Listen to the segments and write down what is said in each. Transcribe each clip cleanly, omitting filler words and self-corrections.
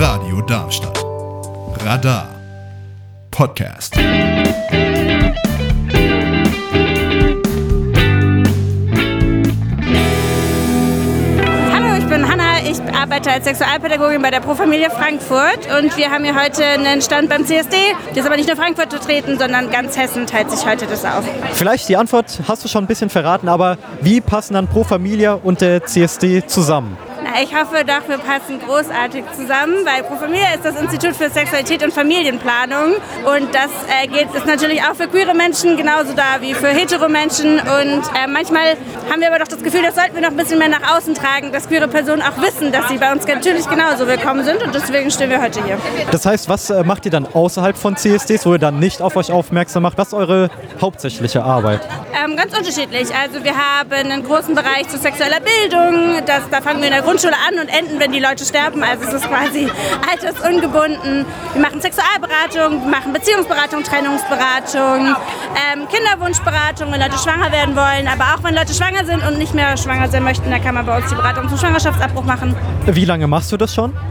Radio Darmstadt. Radar Podcast. Ich bin Hanna, ich arbeite als Sexualpädagogin bei der Pro Familia Frankfurt und wir haben hier heute einen Stand beim CSD. Der ist aber nicht nur Frankfurt vertreten, sondern ganz Hessen teilt sich heute das auf. Vielleicht die Antwort hast du schon ein bisschen verraten, aber wie passen dann Pro Familia und der CSD zusammen? Ich hoffe doch, wir passen großartig zusammen, weil Pro Familia ist das Institut für Sexualität und Familienplanung und das ist natürlich auch für queere Menschen genauso da wie für hetero Menschen und manchmal haben wir aber doch das Gefühl, das sollten wir noch ein bisschen mehr nach außen tragen, dass queere Personen auch wissen, dass sie bei uns natürlich genauso willkommen sind und deswegen stehen wir heute hier. Das heißt, was macht ihr dann außerhalb von CSDs, wo ihr dann nicht auf euch aufmerksam macht? Was ist eure hauptsächliche Arbeit? Ganz unterschiedlich. Also wir haben einen großen Bereich zu sexueller Bildung, da fangen wir in der Grundschule an und enden, wenn die Leute sterben. Also es ist quasi altersungebunden. Wir machen Sexualberatung, wir machen Beziehungsberatung, Trennungsberatung, Kinderwunschberatung, wenn Leute schwanger werden wollen. Aber auch wenn Leute schwanger sind und nicht mehr schwanger sein möchten, dann kann man bei uns die Beratung zum Schwangerschaftsabbruch machen. Wie lange machst du das schon?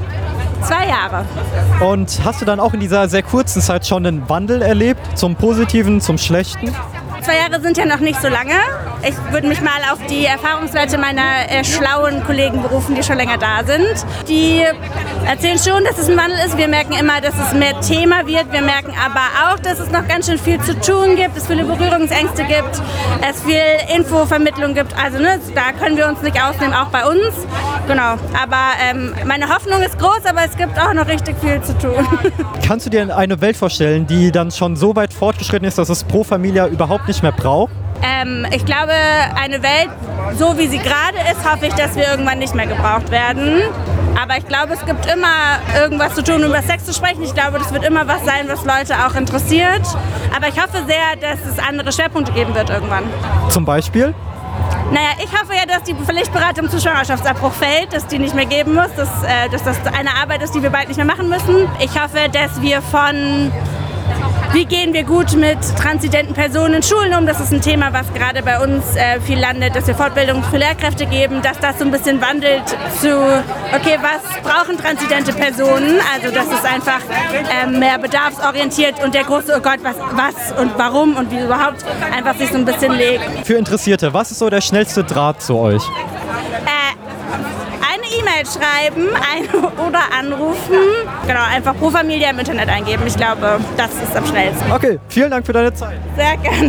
2 Jahre. Und hast du dann auch in dieser sehr kurzen Zeit schon einen Wandel erlebt? Zum Positiven, zum Schlechten? 2 Jahre sind ja noch nicht so lange. Ich würde mich mal auf die Erfahrungswerte meiner schlauen Kollegen berufen, die schon länger da sind. Die erzählen schon, dass es ein Wandel ist. Wir merken immer, dass es mehr Thema wird. Wir merken aber auch, dass es noch ganz schön viel zu tun gibt, es viele Berührungsängste gibt, es viel Infovermittlung gibt. Also da können wir uns nicht ausnehmen, auch bei uns. Genau. Aber meine Hoffnung ist groß, aber es gibt auch noch richtig viel zu tun. Kannst du dir eine Welt vorstellen, die dann schon so weit fortgeschritten ist, dass es Pro Familia überhaupt nicht mehr braucht? Ich glaube, eine Welt, so wie sie gerade ist, hoffe ich, dass wir irgendwann nicht mehr gebraucht werden. Aber ich glaube, es gibt immer irgendwas zu tun, über Sex zu sprechen. Ich glaube, das wird immer was sein, was Leute auch interessiert. Aber ich hoffe sehr, dass es andere Schwerpunkte geben wird irgendwann. Zum Beispiel? Naja, ich hoffe ja, dass die Pflichtberatung zum Schwangerschaftsabbruch fällt, dass die nicht mehr geben muss, dass das eine Arbeit ist, die wir bald nicht mehr machen müssen. Ich hoffe, dass wir wie gehen wir gut mit transidenten Personen in Schulen um? Das ist ein Thema, was gerade bei uns viel landet, dass wir Fortbildung für Lehrkräfte geben, dass das so ein bisschen wandelt zu, okay, was brauchen transidente Personen? Also dass es einfach mehr bedarfsorientiert und der große, oh Gott, was und warum und wie überhaupt einfach sich so ein bisschen legt. Für Interessierte, was ist so der schnellste Draht zu euch? E-Mail schreiben oder anrufen. Genau, einfach Pro Familia im Internet eingeben. Ich glaube, das ist am schnellsten. Okay, vielen Dank für deine Zeit. Sehr gerne.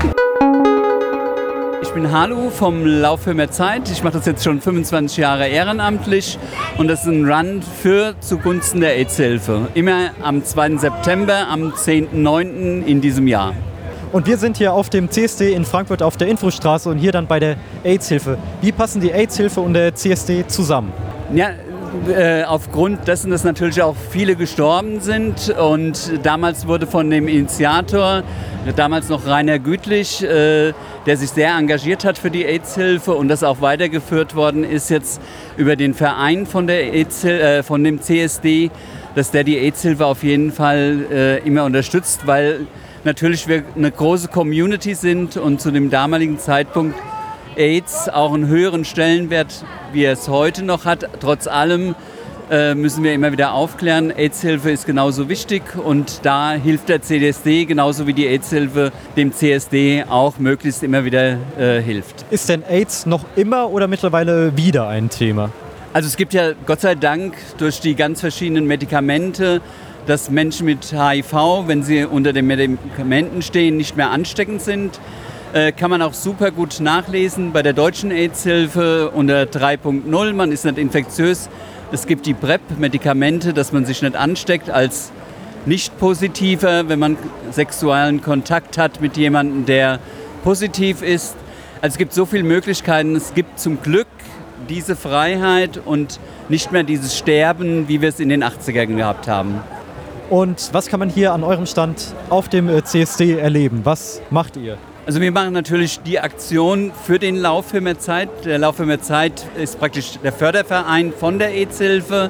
Ich bin Halu vom Lauf für mehr Zeit. Ich mache das jetzt schon 25 Jahre ehrenamtlich und das ist ein Run zugunsten der AIDS-Hilfe. Immer am 2. September, am 10.9. in diesem Jahr. Und wir sind hier auf dem CSD in Frankfurt auf der Infostraße und hier dann bei der AIDS-Hilfe. Wie passen die AIDS-Hilfe und der CSD zusammen? Ja, aufgrund dessen, dass natürlich auch viele gestorben sind und damals wurde von dem Initiator, damals noch Rainer Gütlich, der sich sehr engagiert hat für die AIDS-Hilfe und das auch weitergeführt worden ist jetzt über den Verein von dem CSD, dass der die AIDS-Hilfe auf jeden Fall immer unterstützt, weil natürlich wir eine große Community sind und zu dem damaligen Zeitpunkt AIDS auch einen höheren Stellenwert, wie er es heute noch hat. Trotz allem müssen wir immer wieder aufklären, AIDS-Hilfe ist genauso wichtig und da hilft der CSD genauso wie die AIDS-Hilfe dem CSD auch möglichst immer wieder hilft. Ist denn AIDS noch immer oder mittlerweile wieder ein Thema? Also es gibt ja Gott sei Dank durch die ganz verschiedenen Medikamente, dass Menschen mit HIV, wenn sie unter den Medikamenten stehen, nicht mehr ansteckend sind. Kann man auch super gut nachlesen bei der deutschen AIDS-Hilfe unter 3.0. Man ist nicht infektiös. Es gibt die PrEP-Medikamente, dass man sich nicht ansteckt als Nicht-Positiver, wenn man sexuellen Kontakt hat mit jemandem, der positiv ist. Also es gibt so viele Möglichkeiten. Es gibt zum Glück diese Freiheit und nicht mehr dieses Sterben, wie wir es in den 80ern gehabt haben. Und was kann man hier an eurem Stand auf dem CSD erleben? Was macht ihr? Also wir machen natürlich die Aktion für den Lauf für mehr Zeit. Der Lauf für mehr Zeit ist praktisch der Förderverein von der AIDS-Hilfe.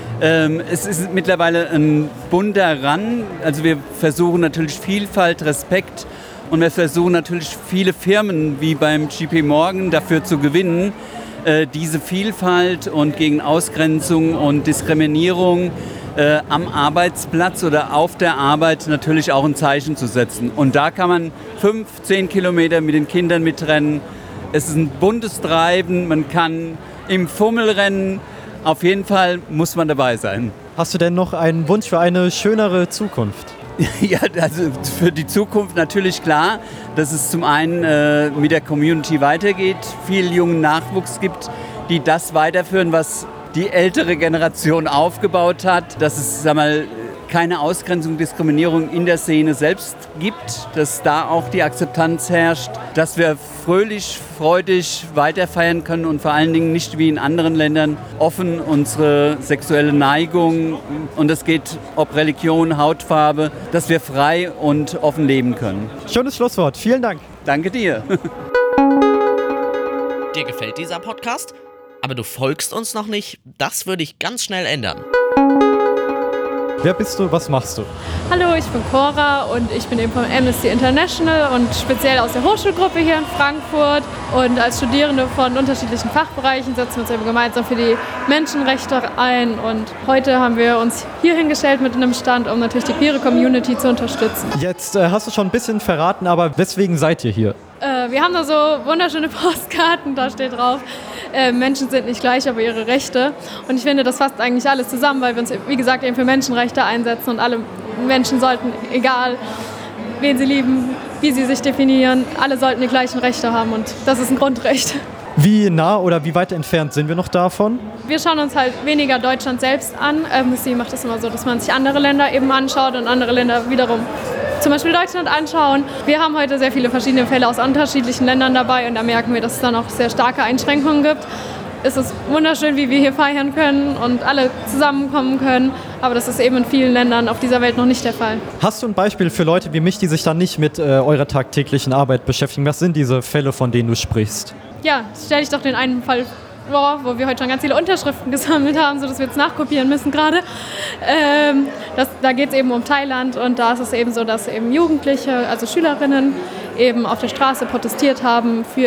Es ist mittlerweile ein bunter Run. Also wir versuchen natürlich Vielfalt, Respekt und wir versuchen natürlich viele Firmen wie beim JP Morgan dafür zu gewinnen, diese Vielfalt und gegen Ausgrenzung und Diskriminierung am Arbeitsplatz oder auf der Arbeit natürlich auch ein Zeichen zu setzen. Und da kann man 5-10 Kilometer mit den Kindern mitrennen. Es ist ein buntes Treiben, man kann im Fummel rennen. Auf jeden Fall muss man dabei sein. Hast du denn noch einen Wunsch für eine schönere Zukunft? Ja, also für die Zukunft natürlich klar, dass es zum einen mit der Community weitergeht, viel jungen Nachwuchs gibt, die das weiterführen, was die ältere Generation aufgebaut hat, dass es, keine Ausgrenzung, Diskriminierung in der Szene selbst gibt, dass da auch die Akzeptanz herrscht, dass wir fröhlich, freudig weiterfeiern können und vor allen Dingen nicht wie in anderen Ländern offen unsere sexuelle Neigung, und das geht ob Religion, Hautfarbe, dass wir frei und offen leben können. Schönes Schlusswort. Vielen Dank. Danke dir. Dir gefällt dieser Podcast? Aber du folgst uns noch nicht? Das würde ich ganz schnell ändern. Wer bist du? Was machst du? Hallo, ich bin Cora und ich bin eben von Amnesty International und speziell aus der Hochschulgruppe hier in Frankfurt. Und als Studierende von unterschiedlichen Fachbereichen setzen wir uns eben gemeinsam für die Menschenrechte ein. Und heute haben wir uns hier hingestellt mit einem Stand, um natürlich die queere Community zu unterstützen. Jetzt hast du schon ein bisschen verraten, aber weswegen seid ihr hier? Wir haben da so wunderschöne Postkarten, da steht drauf, Menschen sind nicht gleich, aber ihre Rechte. Und ich finde, das fasst eigentlich alles zusammen, weil wir uns, wie gesagt, eben für Menschenrechte einsetzen und alle Menschen sollten, egal wen sie lieben, wie sie sich definieren, alle sollten die gleichen Rechte haben und das ist ein Grundrecht. Wie nah oder wie weit entfernt sind wir noch davon? Wir schauen uns halt weniger Deutschland selbst an. Sie macht das immer so, dass man sich andere Länder eben anschaut und andere Länder wiederum zum Beispiel Deutschland anschauen. Wir haben heute sehr viele verschiedene Fälle aus unterschiedlichen Ländern dabei und da merken wir, dass es da noch sehr starke Einschränkungen gibt. Es ist wunderschön, wie wir hier feiern können und alle zusammenkommen können, aber das ist eben in vielen Ländern auf dieser Welt noch nicht der Fall. Hast du ein Beispiel für Leute wie mich, die sich dann nicht mit eurer tagtäglichen Arbeit beschäftigen? Was sind diese Fälle, von denen du sprichst? Ja, stelle ich doch den einen Fall vor, wo wir heute schon ganz viele Unterschriften gesammelt haben, sodass wir jetzt nachkopieren müssen gerade. Da geht es eben um Thailand und da ist es eben so, dass eben Jugendliche, also Schülerinnen, eben auf der Straße protestiert haben für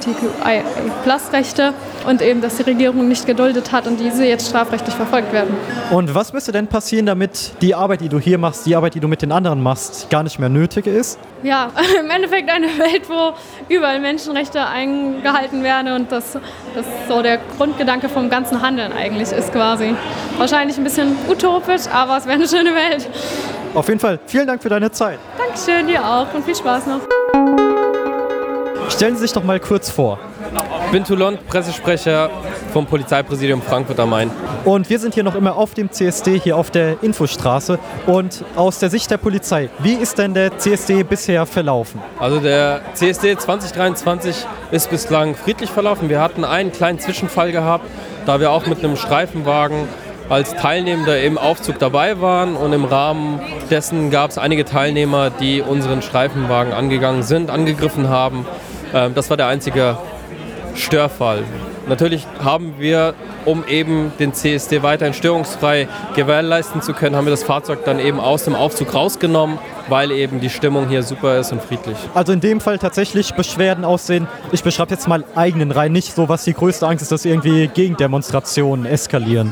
LGBTQI+-Rechte und eben, dass die Regierung nicht geduldet hat und diese jetzt strafrechtlich verfolgt werden. Und was müsste denn passieren, damit die Arbeit, die du hier machst, die Arbeit, die du mit den anderen machst, gar nicht mehr nötig ist? Ja, im Endeffekt eine Welt, wo überall Menschenrechte eingehalten werden und das so der Grundgedanke vom ganzen Handeln eigentlich ist quasi. Wahrscheinlich ein bisschen utopisch, aber es wäre eine schöne Welt. Auf jeden Fall, vielen Dank für deine Zeit. Dankeschön, dir auch und viel Spaß noch. Stellen Sie sich doch mal kurz vor. Ich bin Toulon, Pressesprecher vom Polizeipräsidium Frankfurt am Main. Und wir sind hier noch immer auf dem CSD, hier auf der Infostraße. Und aus der Sicht der Polizei, wie ist denn der CSD bisher verlaufen? Also der CSD 2023 ist bislang friedlich verlaufen. Wir hatten einen kleinen Zwischenfall gehabt, da wir auch mit einem Streifenwagen als Teilnehmender im Aufzug dabei waren. Und im Rahmen dessen gab es einige Teilnehmer, die unseren Streifenwagen angegangen sind, angegriffen haben. Das war der einzige Störfall. Natürlich haben wir, um eben den CSD weiterhin störungsfrei gewährleisten zu können, haben wir das Fahrzeug dann eben aus dem Aufzug rausgenommen, weil eben die Stimmung hier super ist und friedlich. Also in dem Fall tatsächlich Beschwerden aus den, ich beschreibe jetzt mal eigenen Reihen, nicht so, was die größte Angst ist, dass irgendwie Gegendemonstrationen eskalieren.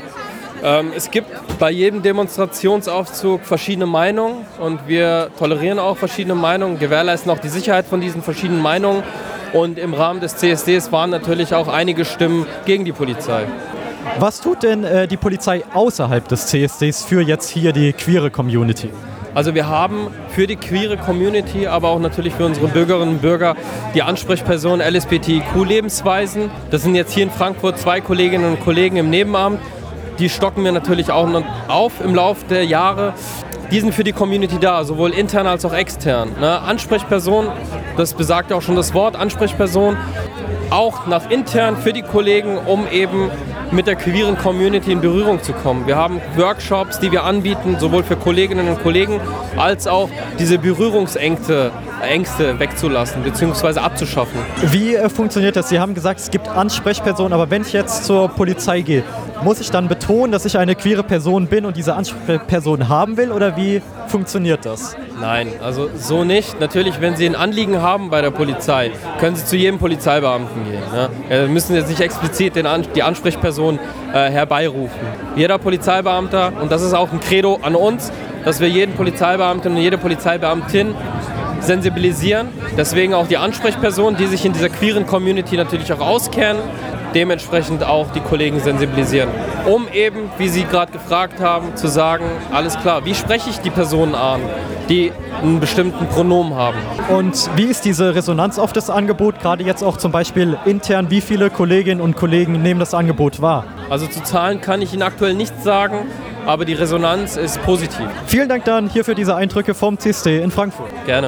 Es gibt bei jedem Demonstrationsaufzug verschiedene Meinungen und wir tolerieren auch verschiedene Meinungen, gewährleisten auch die Sicherheit von diesen verschiedenen Meinungen. Und im Rahmen des CSDs waren natürlich auch einige Stimmen gegen die Polizei. Was tut denn die Polizei außerhalb des CSDs für jetzt hier die queere Community? Also wir haben für die queere Community, aber auch natürlich für unsere Bürgerinnen und Bürger die Ansprechperson LSBTIQ-Lebensweisen. Das sind jetzt hier in Frankfurt 2 Kolleginnen und Kollegen im Nebenamt. Die stocken wir natürlich auch noch auf im Laufe der Jahre. Die sind für die Community da, sowohl intern als auch extern. Ansprechperson, das besagt ja auch schon das Wort, Ansprechperson, auch nach intern für die Kollegen, um eben mit der queeren Community in Berührung zu kommen. Wir haben Workshops, die wir anbieten, sowohl für Kolleginnen und Kollegen, als auch diese Berührungsängste wegzulassen bzw. abzuschaffen. Wie funktioniert das? Sie haben gesagt, es gibt Ansprechpersonen, aber wenn ich jetzt zur Polizei gehe, Muss ich dann betonen, dass ich eine queere Person bin und diese Ansprechperson haben will oder wie funktioniert das? Nein, also so nicht. Natürlich, wenn Sie ein Anliegen haben bei der Polizei, können Sie zu jedem Polizeibeamten gehen. Ne? Wir müssen jetzt nicht explizit die Ansprechperson herbeirufen. Jeder Polizeibeamter, und das ist auch ein Credo an uns, dass wir jeden Polizeibeamten und jede Polizeibeamtin sensibilisieren. Deswegen auch die Ansprechpersonen, die sich in dieser queeren Community natürlich auch auskennen, dementsprechend auch die Kollegen sensibilisieren. Um eben, wie Sie gerade gefragt haben, zu sagen, alles klar, wie spreche ich die Personen an, die einen bestimmten Pronomen haben. Und wie ist diese Resonanz auf das Angebot, gerade jetzt auch zum Beispiel intern, wie viele Kolleginnen und Kollegen nehmen das Angebot wahr? Also zu Zahlen kann ich Ihnen aktuell nichts sagen, aber die Resonanz ist positiv. Vielen Dank dann hier für diese Eindrücke vom CSD in Frankfurt. Gerne.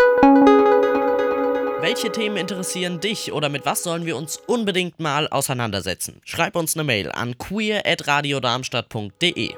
Welche Themen interessieren dich oder mit was sollen wir uns unbedingt mal auseinandersetzen? Schreib uns eine Mail an queer@radiodarmstadt.de.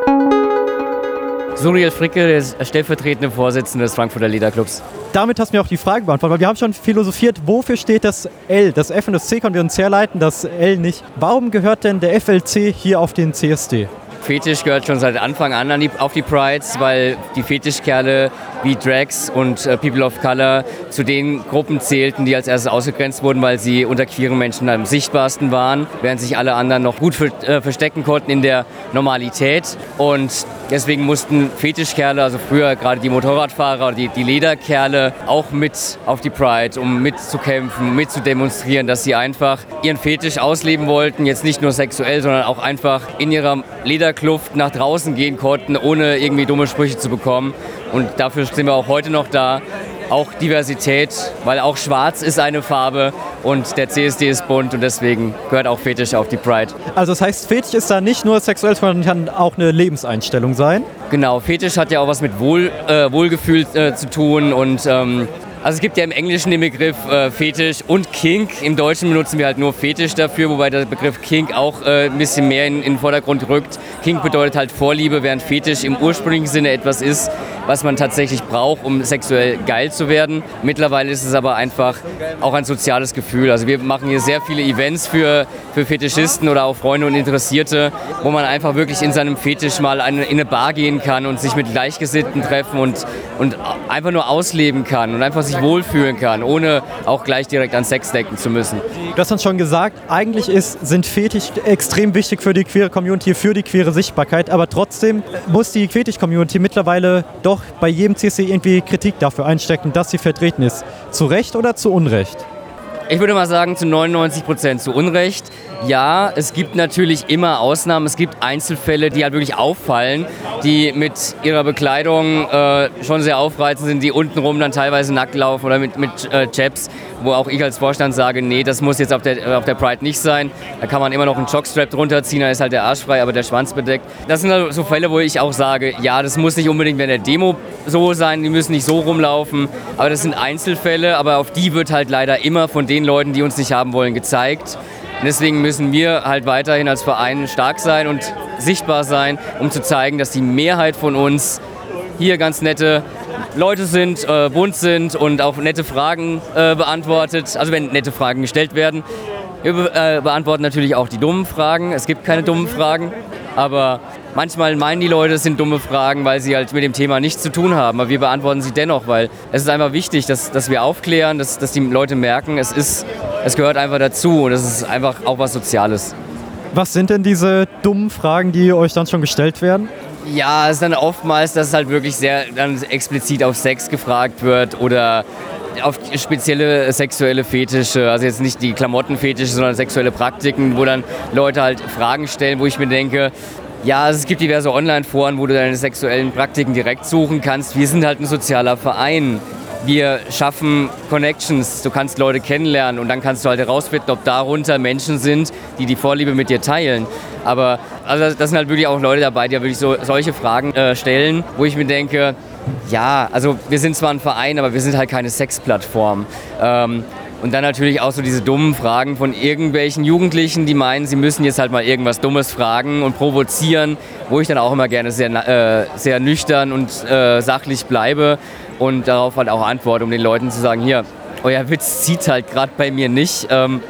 Suriel Fricke, der stellvertretende Vorsitzende des Frankfurter Liederclubs. Damit hast du mir auch die Frage beantwortet, weil wir haben schon philosophiert, wofür steht das L? Das F und das C können wir uns herleiten, das L nicht. Warum gehört denn der FLC hier auf den CSD? Fetisch gehört schon seit Anfang an auf die Prides, weil die Fetischkerle wie Drags und People of Color zu den Gruppen zählten, die als erstes ausgegrenzt wurden, weil sie unter queeren Menschen am sichtbarsten waren, während sich alle anderen noch gut verstecken konnten in der Normalität. Und deswegen mussten Fetischkerle, also früher gerade die Motorradfahrer oder die Lederkerle, auch mit auf die Pride, um mitzukämpfen, mitzudemonstrieren, dass sie einfach ihren Fetisch ausleben wollten, jetzt nicht nur sexuell, sondern auch einfach in ihrer Lederkluft nach draußen gehen konnten, ohne irgendwie dumme Sprüche zu bekommen. Und dafür sind wir auch heute noch da. Auch Diversität, weil auch Schwarz ist eine Farbe und der CSD ist bunt und deswegen gehört auch Fetisch auf die Pride. Also das heißt, Fetisch ist da nicht nur sexuell, sondern kann auch eine Lebenseinstellung sein? Genau, Fetisch hat ja auch was mit Wohlgefühl zu tun und also es gibt ja im Englischen den Begriff Fetisch und Kink. Im Deutschen benutzen wir halt nur Fetisch dafür, wobei der Begriff Kink auch ein bisschen mehr in den Vordergrund rückt. Kink bedeutet halt Vorliebe, während Fetisch im ursprünglichen Sinne etwas ist, was man tatsächlich braucht, um sexuell geil zu werden. Mittlerweile ist es aber einfach auch ein soziales Gefühl. Also wir machen hier sehr viele Events für Fetischisten oder auch Freunde und Interessierte, wo man einfach wirklich in seinem Fetisch mal in eine Bar gehen kann und sich mit Gleichgesinnten treffen und einfach nur ausleben kann und einfach sich wohlfühlen kann, ohne auch gleich direkt an Sex denken zu müssen. Du hast uns schon gesagt, eigentlich sind Fetisch extrem wichtig für die queere Community, für die queere Sichtbarkeit, aber trotzdem muss die Fetisch-Community mittlerweile doch bei jedem CSD irgendwie Kritik dafür einstecken, dass sie vertreten ist. Zu Recht oder zu Unrecht? Ich würde mal sagen, zu 99% zu Unrecht. Ja, es gibt natürlich immer Ausnahmen. Es gibt Einzelfälle, die halt wirklich auffallen, die mit ihrer Bekleidung schon sehr aufreizend sind, die untenrum dann teilweise nackt laufen oder mit Chaps, wo auch ich als Vorstand sage, nee, das muss jetzt auf der Pride nicht sein. Da kann man immer noch einen Jockstrap drunter ziehen, dann ist halt der Arsch frei, aber der Schwanz bedeckt. Das sind also so Fälle, wo ich auch sage, ja, das muss nicht unbedingt während der Demo so sein, die müssen nicht so rumlaufen, aber das sind Einzelfälle, aber auf die wird halt leider immer von den Leuten, die uns nicht haben wollen, gezeigt. Und deswegen müssen wir halt weiterhin als Verein stark sein und sichtbar sein, um zu zeigen, dass die Mehrheit von uns hier ganz nette Leute sind, bunt sind und auch nette Fragen beantwortet, also wenn nette Fragen gestellt werden. Wir beantworten natürlich auch die dummen Fragen. Es gibt keine dummen Fragen, aber manchmal meinen die Leute, es sind dumme Fragen, weil sie halt mit dem Thema nichts zu tun haben. Aber wir beantworten sie dennoch, weil es ist einfach wichtig, dass wir aufklären, dass die Leute merken, es gehört einfach dazu und es ist einfach auch was Soziales. Was sind denn diese dummen Fragen, die euch dann schon gestellt werden? Ja, es ist dann oftmals, dass es halt wirklich sehr dann explizit auf Sex gefragt wird oder auf spezielle sexuelle Fetische, also jetzt nicht die Klamottenfetische, sondern sexuelle Praktiken, wo dann Leute halt Fragen stellen, wo ich mir denke, ja, es gibt diverse Online-Foren, wo du deine sexuellen Praktiken direkt suchen kannst. Wir sind halt ein sozialer Verein. Wir schaffen Connections, du kannst Leute kennenlernen und dann kannst du halt herausfinden, ob darunter Menschen sind, die die Vorliebe mit dir teilen. Aber also das sind halt wirklich auch Leute dabei, die ja wirklich solche Fragen stellen, wo ich mir denke, ja, also wir sind zwar ein Verein, aber wir sind halt keine Sexplattform. Und dann natürlich auch so diese dummen Fragen von irgendwelchen Jugendlichen, die meinen, sie müssen jetzt halt mal irgendwas Dummes fragen und provozieren, wo ich dann auch immer gerne sehr nüchtern und sachlich bleibe und darauf halt auch antworte, um den Leuten zu sagen, hier, euer Witz zieht halt gerade bei mir nicht.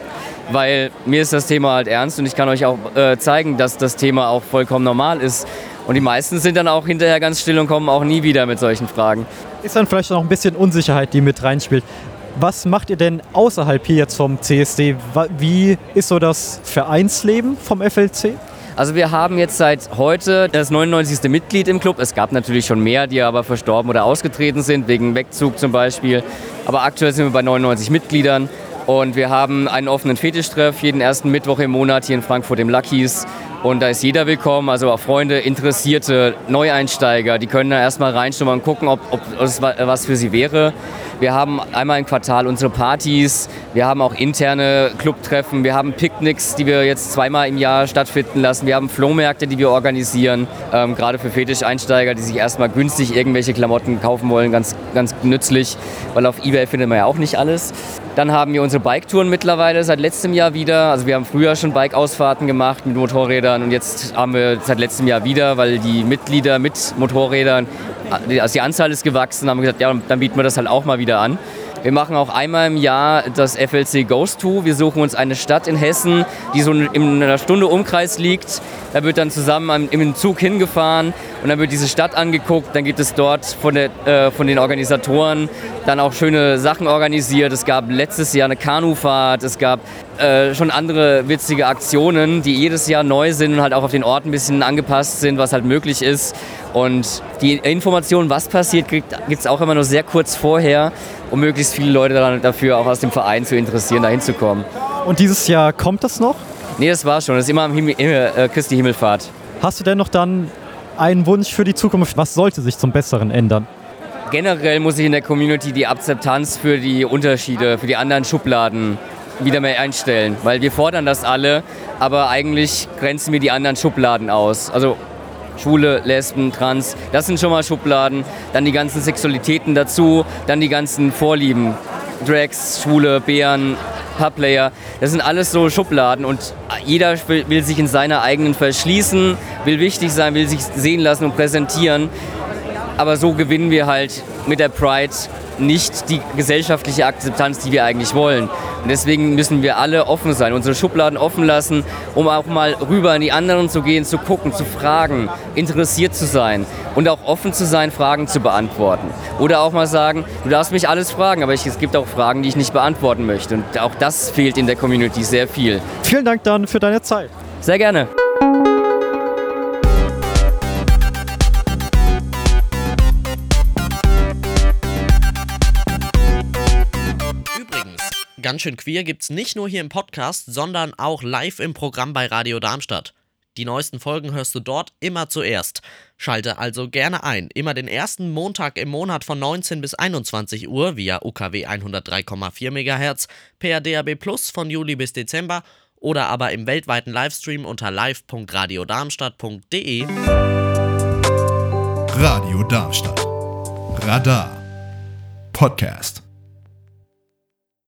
weil mir ist das Thema halt ernst und ich kann euch auch zeigen, dass das Thema auch vollkommen normal ist. Und die meisten sind dann auch hinterher ganz still und kommen auch nie wieder mit solchen Fragen. Ist dann vielleicht noch ein bisschen Unsicherheit, die mit reinspielt. Was macht ihr denn außerhalb hier jetzt vom CSD? Wie ist so das Vereinsleben vom FLC? Also wir haben jetzt seit heute das 99. Mitglied im Club. Es gab natürlich schon mehr, die aber verstorben oder ausgetreten sind, wegen Wegzug zum Beispiel. Aber aktuell sind wir bei 99 Mitgliedern. Und wir haben einen offenen Fetischtreff jeden ersten Mittwoch im Monat hier in Frankfurt im Lucky's. Und da ist jeder willkommen, also auch Freunde, Interessierte, Neueinsteiger, die können da erstmal reinschnuppern und gucken, ob es was für sie wäre. Wir haben einmal im Quartal unsere Partys, wir haben auch interne Clubtreffen, wir haben Picknicks, die wir jetzt zweimal im Jahr stattfinden lassen, wir haben Flohmärkte, die wir organisieren, gerade für Fetischeinsteiger, die sich erstmal günstig irgendwelche Klamotten kaufen wollen, ganz, ganz nützlich, weil auf eBay findet man ja auch nicht alles. Dann haben wir unsere Bike-Touren mittlerweile seit letztem Jahr wieder. Also wir haben früher schon Bike-Ausfahrten gemacht mit Motorrädern und jetzt haben wir seit letztem Jahr wieder, weil die Mitglieder mit Motorrädern, also die Anzahl ist gewachsen, haben wir gesagt, ja, dann bieten wir das halt auch mal wieder an. Wir machen auch einmal im Jahr das FLC Goes To. Wir suchen uns eine Stadt in Hessen, die so in einer Stunde Umkreis liegt. Da wird dann zusammen im Zug hingefahren und dann wird diese Stadt angeguckt. Dann gibt es dort von den Organisatoren dann auch schöne Sachen organisiert. Es gab letztes Jahr eine Kanufahrt, es gab schon andere witzige Aktionen, die jedes Jahr neu sind und halt auch auf den Ort ein bisschen angepasst sind, was halt möglich ist. Und die Information, was passiert, gibt es auch immer nur sehr kurz vorher, um möglichst viele Leute dafür auch aus dem Verein zu interessieren, da hinzukommen. Und dieses Jahr kommt das noch? Nee, das war schon. Das ist immer am Christi Himmelfahrt. Hast du denn noch dann einen Wunsch für die Zukunft? Was sollte sich zum Besseren ändern? Generell muss sich in der Community die Akzeptanz für die Unterschiede, für die anderen Schubladen wieder mehr einstellen. Weil wir fordern das alle, aber eigentlich grenzen wir die anderen Schubladen aus. Also Schwule, Lesben, Trans, das sind schon mal Schubladen. Dann die ganzen Sexualitäten dazu, dann die ganzen Vorlieben. Drags, Schwule, Bären, Pubplayer, das sind alles so Schubladen und jeder will sich in seiner eigenen verschließen, will wichtig sein, will sich sehen lassen und präsentieren. Aber so gewinnen wir halt mit der Pride nicht die gesellschaftliche Akzeptanz, die wir eigentlich wollen. Und deswegen müssen wir alle offen sein, unsere Schubladen offen lassen, um auch mal rüber in die anderen zu gehen, zu gucken, zu fragen, interessiert zu sein und auch offen zu sein, Fragen zu beantworten. Oder auch mal sagen, du darfst mich alles fragen, aber es gibt auch Fragen, die ich nicht beantworten möchte. Und auch das fehlt in der Community sehr viel. Vielen Dank dann für deine Zeit. Sehr gerne. Ganz schön queer gibt's nicht nur hier im Podcast, sondern auch live im Programm bei Radio Darmstadt. Die neuesten Folgen hörst du dort immer zuerst. Schalte also gerne ein. Immer den ersten Montag im Monat von 19 bis 21 Uhr via UKW 103,4 MHz, per DAB+ von Juli bis Dezember oder aber im weltweiten Livestream unter live.radiodarmstadt.de. Radio Darmstadt. Radar. Podcast.